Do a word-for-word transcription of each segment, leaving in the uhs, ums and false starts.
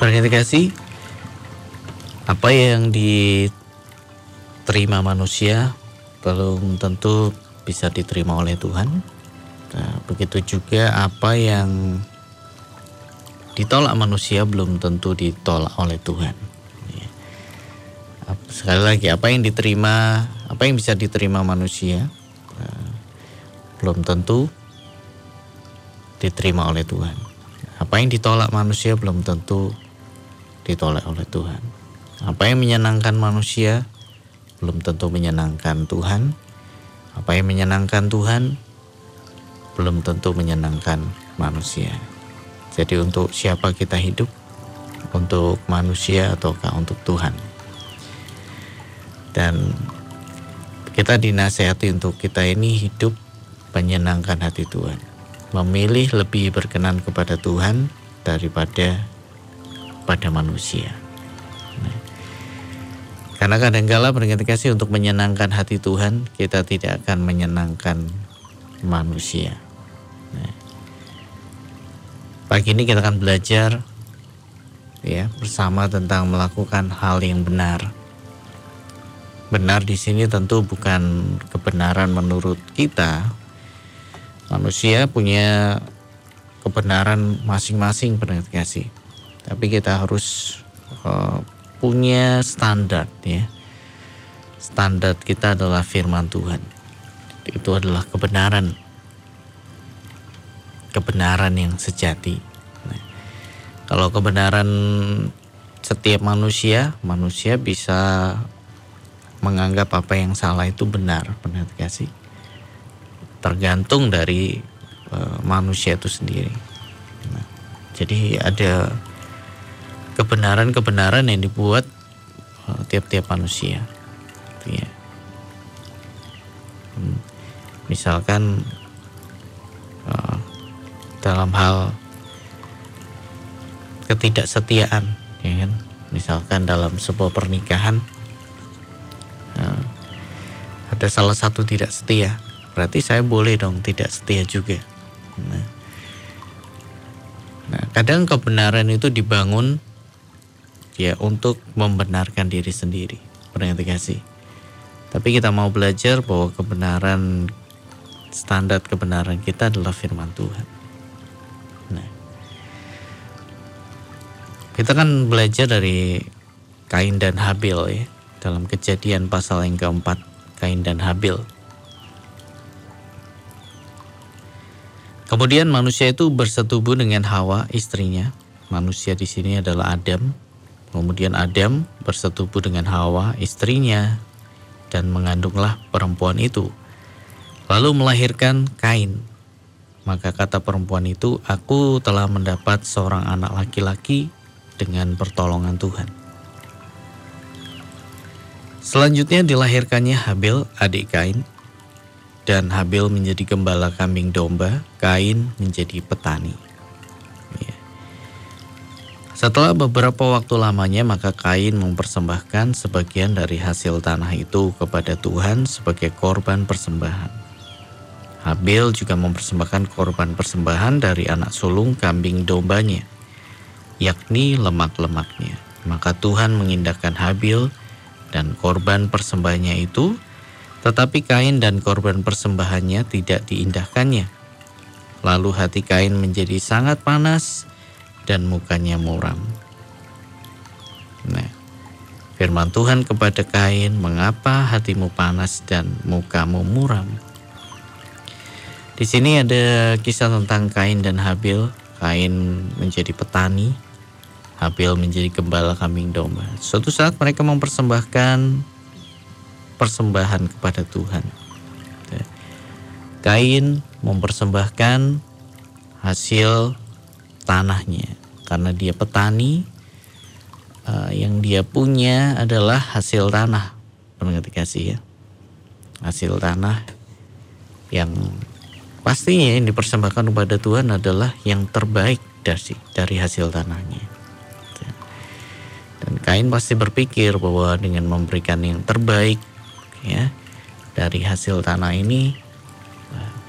Berarti kasih apa yang diterima manusia belum tentu bisa diterima oleh Tuhan. Nah, begitu juga apa yang ditolak manusia belum tentu ditolak oleh Tuhan. Sekali lagi, apa yang diterima, apa yang bisa diterima manusia nah, belum tentu diterima oleh Tuhan. Apa yang ditolak manusia belum tentu ditolak oleh Tuhan. Apa yang menyenangkan manusia belum tentu menyenangkan Tuhan. Apa yang menyenangkan Tuhan belum tentu menyenangkan manusia. Jadi untuk siapa kita hidup? Untuk manusia ataukah untuk Tuhan? Dan kita dinasihati untuk kita ini hidup menyenangkan hati Tuhan, memilih lebih berkenan kepada Tuhan daripada pada manusia. Nah, karena kadangkala berkat kasih untuk menyenangkan hati Tuhan, kita tidak akan menyenangkan manusia. Nah, pagi ini kita akan belajar ya bersama tentang melakukan hal yang benar. Benar di sini tentu bukan kebenaran menurut kita. Manusia punya kebenaran masing-masing berkat kasih. Tapi kita harus uh, punya standar ya. Standar kita adalah firman Tuhan. Itu adalah kebenaran. Kebenaran yang sejati. Nah, kalau kebenaran setiap manusia, manusia bisa menganggap apa yang salah itu benar, benar kasih. Tergantung dari uh, manusia itu sendiri. Nah, jadi ada kebenaran-kebenaran yang dibuat uh, tiap-tiap manusia. Gitu ya. Hmm, misalkan uh, dalam hal ketidaksetiaan, ya kan? Misalkan dalam sebuah pernikahan. Nah, ada salah satu tidak setia, berarti saya boleh dong tidak setia juga. Nah, nah kadang kebenaran itu dibangun ya untuk membenarkan diri sendiri, berarti kasih. Tapi kita mau belajar bahwa kebenaran, standar kebenaran kita adalah firman Tuhan. Nah, kita kan belajar dari Kain dan Habil ya. Dalam Kejadian pasal yang keempat, Kain dan Habil. Kemudian manusia itu bersetubuh dengan Hawa, istrinya. Manusia di sini adalah Adam. Kemudian Adam bersetubuh dengan Hawa, istrinya, dan mengandunglah perempuan itu. Lalu melahirkan Kain. Maka kata perempuan itu, aku telah mendapat seorang anak laki-laki dengan pertolongan Tuhan. Selanjutnya dilahirkannya Habil, adik Kain, dan Habil menjadi gembala kambing domba, Kain menjadi petani. Ya. Setelah beberapa waktu lamanya, maka Kain mempersembahkan sebagian dari hasil tanah itu kepada Tuhan sebagai korban persembahan. Habil juga mempersembahkan korban persembahan dari anak sulung kambing dombanya, yakni lemak-lemaknya. Maka Tuhan mengindahkan Habil dan korban persembahannya itu, tetapi Kain dan korban persembahannya tidak diindahkannya. Lalu hati Kain menjadi sangat panas dan mukanya muram. Nah, firman Tuhan kepada Kain, mengapa hatimu panas dan mukamu muram? Di sini ada kisah tentang Kain dan Habil. Kain menjadi petani, Habil menjadi gembala kambing domba. Suatu saat mereka mempersembahkan persembahan kepada Tuhan. Kain mempersembahkan hasil tanahnya karena dia petani. Uh, yang dia punya adalah hasil tanah, mengerti kasih ya, hasil tanah yang pastinya yang dipersembahkan kepada Tuhan adalah yang terbaik dari dari hasil tanahnya. Dan Kain pasti berpikir bahwa dengan memberikan yang terbaik ya dari hasil tanah ini,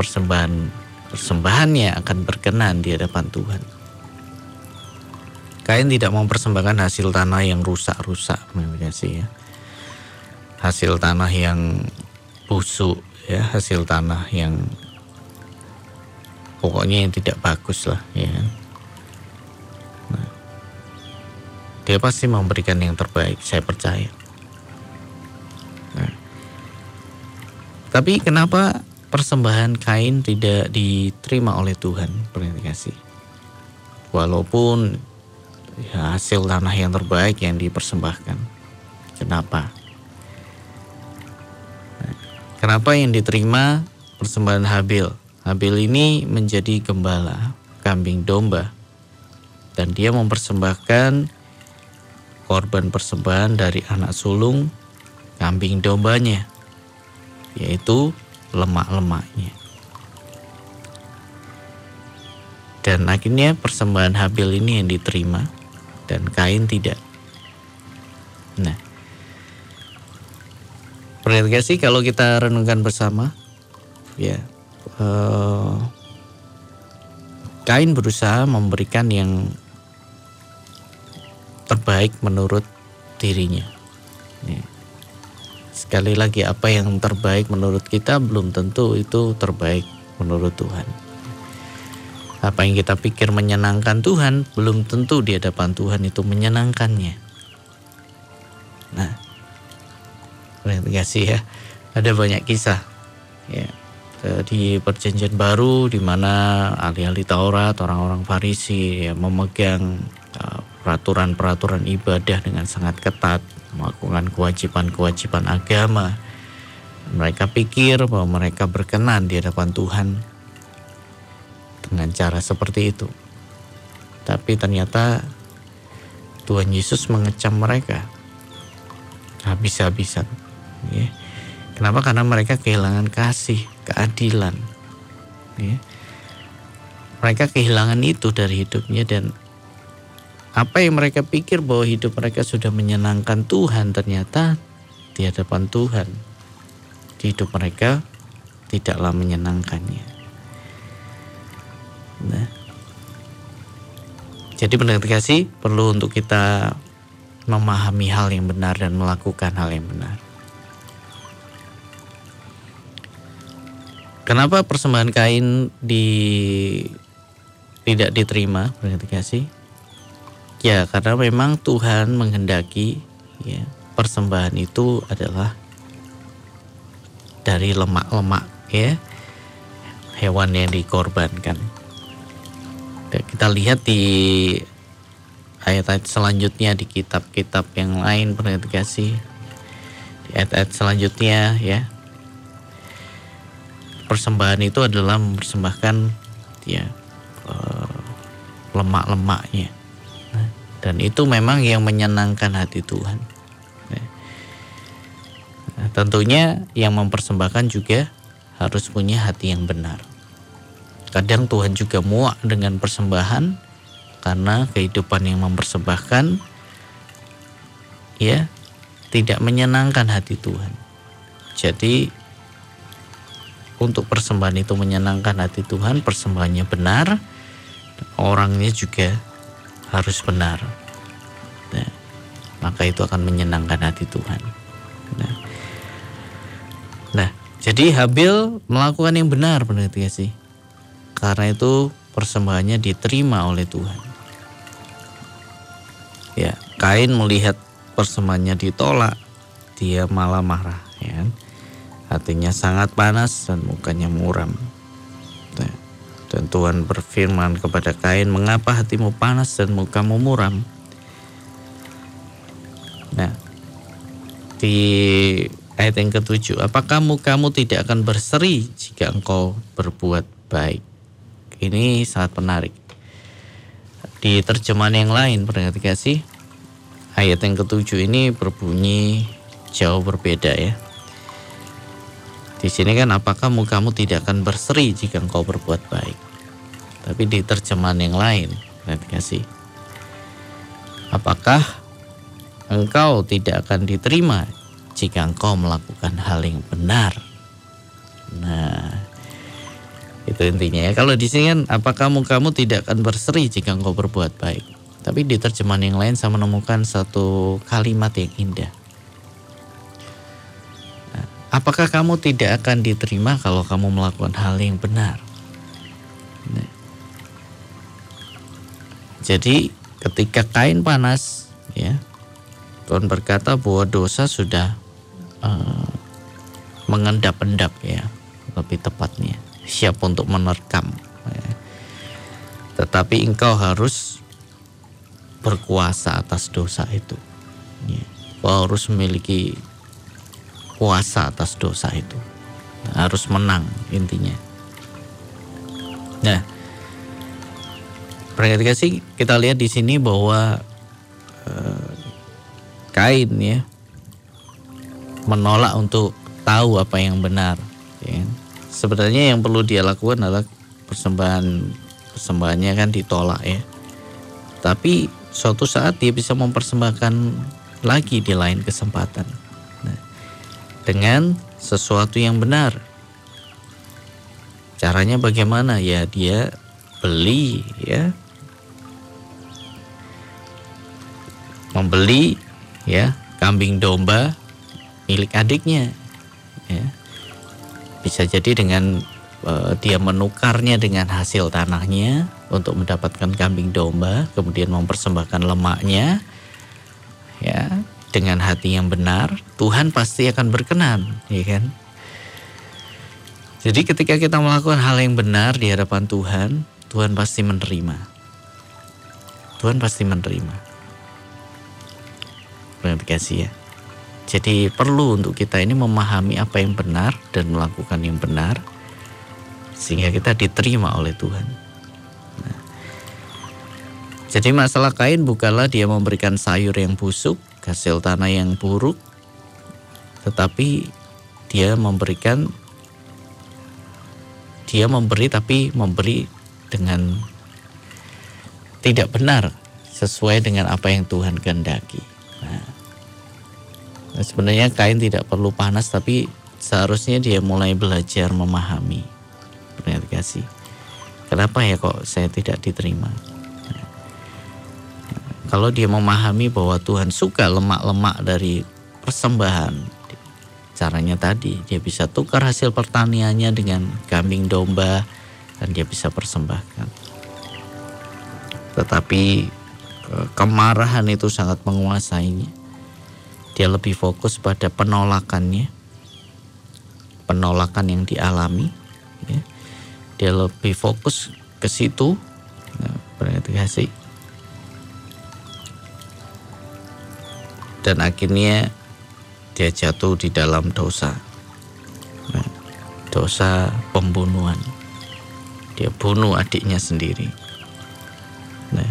persembahan persembahannya akan berkenan di hadapan Tuhan. Kain tidak mempersembahkan hasil tanah yang rusak-rusak, ya. Hasil tanah yang busuk, ya, hasil tanah yang pokoknya yang tidak bagus lah, ya. Nah, dia pasti memberikan yang terbaik, saya percaya. Nah, tapi kenapa persembahan Kain tidak diterima oleh Tuhan? Perhatikan, walaupun ya, hasil tanah yang terbaik yang dipersembahkan, kenapa? Nah, kenapa yang diterima persembahan Habil? Habil ini menjadi gembala kambing domba, dan dia mempersembahkan korban persembahan dari anak sulung kambing dombanya, yaitu lemak-lemaknya. Dan akhirnya persembahan Habil ini yang diterima dan Kain tidak. Nah, perhatikan sih kalau kita renungkan bersama, ya, eh, Kain berusaha memberikan yang terbaik menurut dirinya. Ya. Sekali lagi, apa yang terbaik menurut kita belum tentu itu terbaik menurut Tuhan. Apa yang kita pikir menyenangkan Tuhan belum tentu di hadapan Tuhan itu menyenangkannya. Nah, perhatikan sih ya, ada banyak kisah ya di Perjanjian Baru di mana ahli-ahli Taurat, orang-orang Farisi ya, memegang uh, peraturan-peraturan ibadah dengan sangat ketat, melakukan kewajiban-kewajiban agama. Mereka pikir bahwa mereka berkenan di hadapan Tuhan dengan cara seperti itu. Tapi ternyata Tuhan Yesus mengecam mereka habis-habisan. Ya. Kenapa? Karena mereka kehilangan kasih, keadilan. Ya. Mereka kehilangan itu dari hidupnya, dan apa yang mereka pikir bahwa hidup mereka sudah menyenangkan Tuhan, ternyata di hadapan Tuhan hidup mereka tidaklah menyenangkannya. Nah, jadi pendengar kasih, perlu untuk kita memahami hal yang benar dan melakukan hal yang benar. Kenapa persembahan Kain di tidak diterima, pendengar kasih? Ya, karena memang Tuhan menghendaki ya, persembahan itu adalah dari lemak-lemak ya, hewan yang dikorbankan. Dan kita lihat di ayat-ayat selanjutnya di kitab-kitab yang lain, pendengar kasih, di ayat-ayat selanjutnya ya, persembahan itu adalah mempersembahkan ya uh, lemak-lemaknya. Nah, dan itu memang yang menyenangkan hati Tuhan. Nah, tentunya yang mempersembahkan juga harus punya hati yang benar. Kadang Tuhan juga muak dengan persembahan karena kehidupan yang mempersembahkan ya tidak menyenangkan hati Tuhan. Jadi untuk persembahan itu menyenangkan hati Tuhan, persembahannya benar, orangnya juga harus benar. Nah, maka itu akan menyenangkan hati Tuhan. Nah, nah jadi Habil melakukan yang benar, benar ya sih. Karena itu persembahannya diterima oleh Tuhan. Ya, Kain melihat persembahannya ditolak, dia malah marah, ya. Hatinya sangat panas dan mukanya muram. Nah, dan Tuhan berfirman kepada Kain, "Mengapa hatimu panas dan mukamu muram?" Nah, di ayat yang ketujuh, "Apakah mukamu tidak akan berseri jika engkau berbuat baik?" Ini sangat menarik. Di terjemahan yang lain, pendengar kasih, ayat yang ketujuh ini berbunyi jauh berbeda ya. Di sini kan, apakah mukamu tidak akan berseri jika engkau berbuat baik. Tapi di terjemahan yang lain, pendengar kasih, apakah engkau tidak akan diterima jika engkau melakukan hal yang benar. Nah, itu intinya ya. Kalau di sini kan, apakah mukamu tidak akan berseri jika engkau berbuat baik. Tapi di terjemahan yang lain saya menemukan satu kalimat yang indah. Nah, apakah kamu tidak akan diterima kalau kamu melakukan hal yang benar? Nah, jadi ketika kain panas, ya, Tuhan berkata bahwa dosa sudah uh, mengendap-endap, ya, lebih tepatnya siap untuk menerkam. Ya. Tetapi engkau harus berkuasa atas dosa itu. Ya. Kau harus memiliki kuasa atas dosa itu. Harus menang intinya. Nah, perhatikan sih, kita lihat di sini bahwa uh, Kain, ya, menolak untuk tahu apa yang benar. Ya. Sebenarnya yang perlu dia lakukan adalah persembahan persembahannya kan ditolak, ya. Tapi suatu saat dia bisa mempersembahkan lagi di lain kesempatan. Nah, dengan sesuatu yang benar. Caranya bagaimana? Ya, dia beli, ya. Membeli, ya, kambing domba milik adiknya, ya. Bisa jadi dengan uh, dia menukarnya dengan hasil tanahnya untuk mendapatkan kambing domba, kemudian mempersembahkan lemaknya, ya, dengan hati yang benar, Tuhan pasti akan berkenan, ya kan? Jadi ketika kita melakukan hal yang benar di hadapan Tuhan, Tuhan pasti menerima. Tuhan pasti menerima. Terima kasih, ya. Jadi perlu untuk kita ini memahami apa yang benar dan melakukan yang benar, sehingga kita diterima oleh Tuhan. Nah, jadi masalah Kain bukanlah dia memberikan sayur yang busuk, hasil tanah yang buruk, tetapi dia memberikan, dia memberi tapi memberi dengan tidak benar sesuai dengan apa yang Tuhan kehendaki. Nah, sebenarnya Kain tidak perlu panas, tapi seharusnya dia mulai belajar memahami. Terima kasih. Kenapa ya kok saya tidak diterima? Nah, kalau dia memahami bahwa Tuhan suka lemak-lemak dari persembahan, caranya tadi dia bisa tukar hasil pertaniannya dengan kambing domba dan dia bisa persembahkan. Tetapi kemarahan itu sangat menguasainya. Dia lebih fokus pada penolakannya, penolakan yang dialami, ya. Dia lebih fokus ke situ. Nah, berarti kasih. Dan akhirnya dia jatuh di dalam dosa, nah, dosa pembunuhan. Dia bunuh adiknya sendiri. Nah,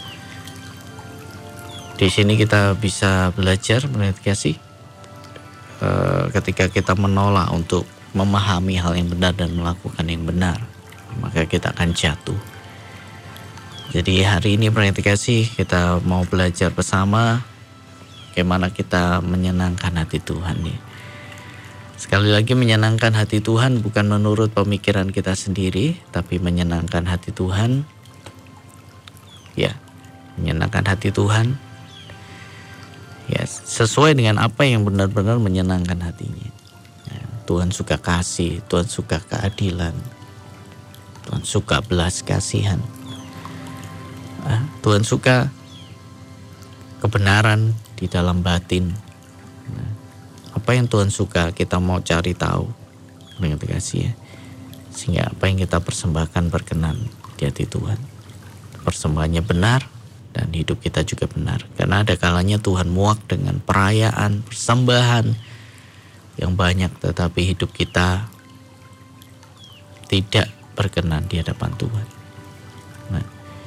di sini kita bisa belajar kasih e, ketika kita menolak untuk memahami hal yang benar dan melakukan yang benar, maka kita akan jatuh. Jadi hari ini kasih kita mau belajar bersama bagaimana kita menyenangkan hati Tuhan, ya. Sekali lagi, menyenangkan hati Tuhan bukan menurut pemikiran kita sendiri, tapi menyenangkan hati Tuhan, ya, menyenangkan hati Tuhan, ya, sesuai dengan apa yang benar-benar menyenangkan hatinya. Ya, Tuhan suka kasih, Tuhan suka keadilan, Tuhan suka belas kasihan, nah, Tuhan suka kebenaran di dalam batin. Nah, apa yang Tuhan suka kita mau cari tahu, terima kasih, ya. Sehingga apa yang kita persembahkan berkenan di hati Tuhan. Persembahannya benar dan hidup kita juga benar. Karena ada kalanya Tuhan muak dengan perayaan, persembahan yang banyak, tetapi hidup kita tidak berkenan di hadapan Tuhan. Nah,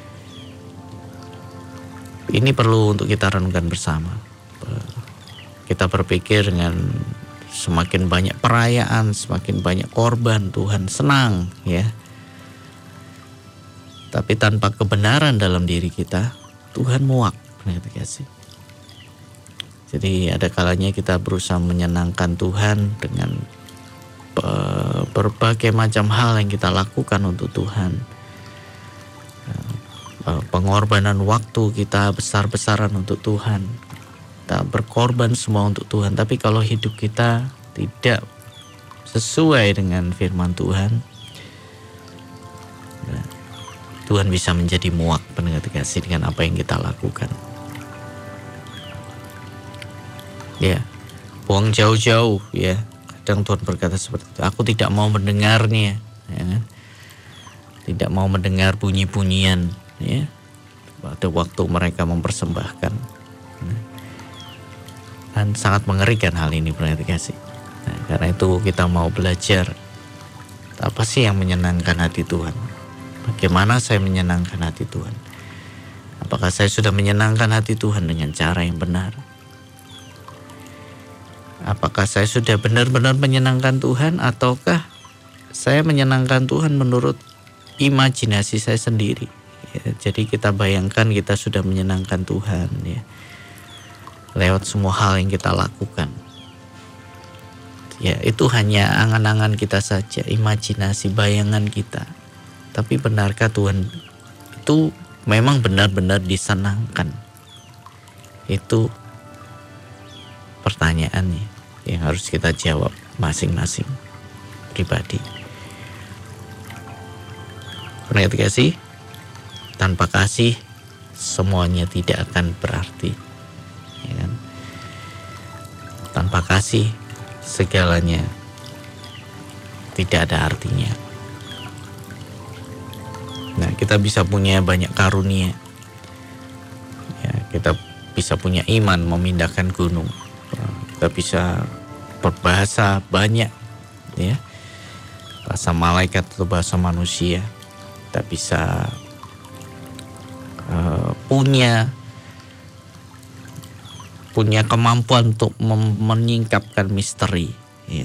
ini perlu untuk kita renungkan bersama. Kita berpikir dengan semakin banyak perayaan, semakin banyak korban, Tuhan senang, ya. Tapi tanpa kebenaran dalam diri kita, Tuhan muak. Jadi ada kalanya kita berusaha menyenangkan Tuhan dengan berbagai macam hal yang kita lakukan untuk Tuhan. uh, pengorbanan waktu kita besar-besaran untuk Tuhan. Kita berkorban semua untuk Tuhan. Tapi kalau hidup kita tidak sesuai dengan firman Tuhan, nah, Tuhan bisa menjadi muak, pendengar kasih, dengan apa yang kita lakukan. Ya, buang jauh-jauh ya. Kadang Tuhan berkata seperti itu. Aku tidak mau mendengarnya, ya kan? Tidak mau mendengar bunyi-bunyian, ya. Pada waktu mereka mempersembahkan. Dan sangat mengerikan hal ini, pendengar kasih. Nah, karena itu kita mau belajar apa sih yang menyenangkan hati Tuhan. Bagaimana saya menyenangkan hati Tuhan? Apakah saya sudah menyenangkan hati Tuhan dengan cara yang benar? Apakah saya sudah benar-benar menyenangkan Tuhan, ataukah saya menyenangkan Tuhan menurut imajinasi saya sendiri? Ya, jadi kita bayangkan kita sudah menyenangkan Tuhan ya, lewat semua hal yang kita lakukan. Ya, itu hanya angan-angan kita saja, imajinasi, bayangan kita. Tapi benarkah Tuhan itu memang benar-benar disenangkan? Itu pertanyaannya yang harus kita jawab masing-masing pribadi. Pendengar kasih, tanpa kasih semuanya tidak akan berarti, ya kan? Tanpa kasih segalanya tidak ada artinya. Nah, kita bisa punya banyak karunia, ya, kita bisa punya iman memindahkan gunung, kita bisa berbahasa banyak, ya, bahasa malaikat atau bahasa manusia. Kita bisa uh, punya punya kemampuan untuk mem- menyingkapkan misteri, ya.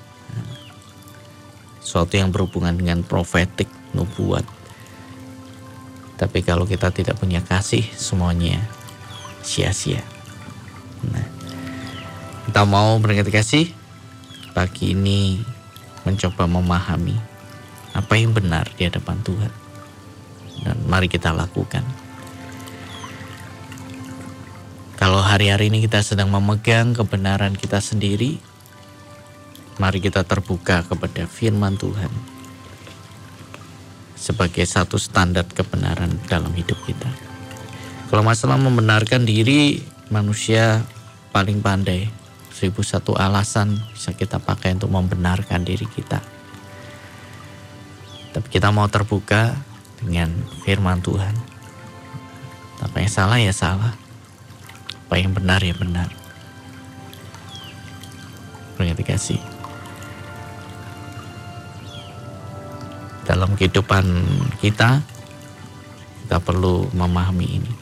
Sesuatu yang berhubungan dengan profetik, nubuat. Tapi kalau kita tidak punya kasih, semuanya sia-sia. Nah, kita mau mendengar kasih pagi ini, mencoba memahami apa yang benar di hadapan Tuhan, dan mari kita lakukan. Kalau hari-hari ini kita sedang memegang kebenaran kita sendiri, mari kita terbuka kepada firman Tuhan sebagai satu standar kebenaran dalam hidup kita. Kalau masalah membenarkan diri, manusia paling pandai. Seribu satu alasan bisa kita pakai untuk membenarkan diri kita. Tapi kita mau terbuka dengan firman Tuhan. Apa yang salah ya salah, apa yang benar ya benar. Terima kasih. Dalam kehidupan kita, kita perlu memahami ini.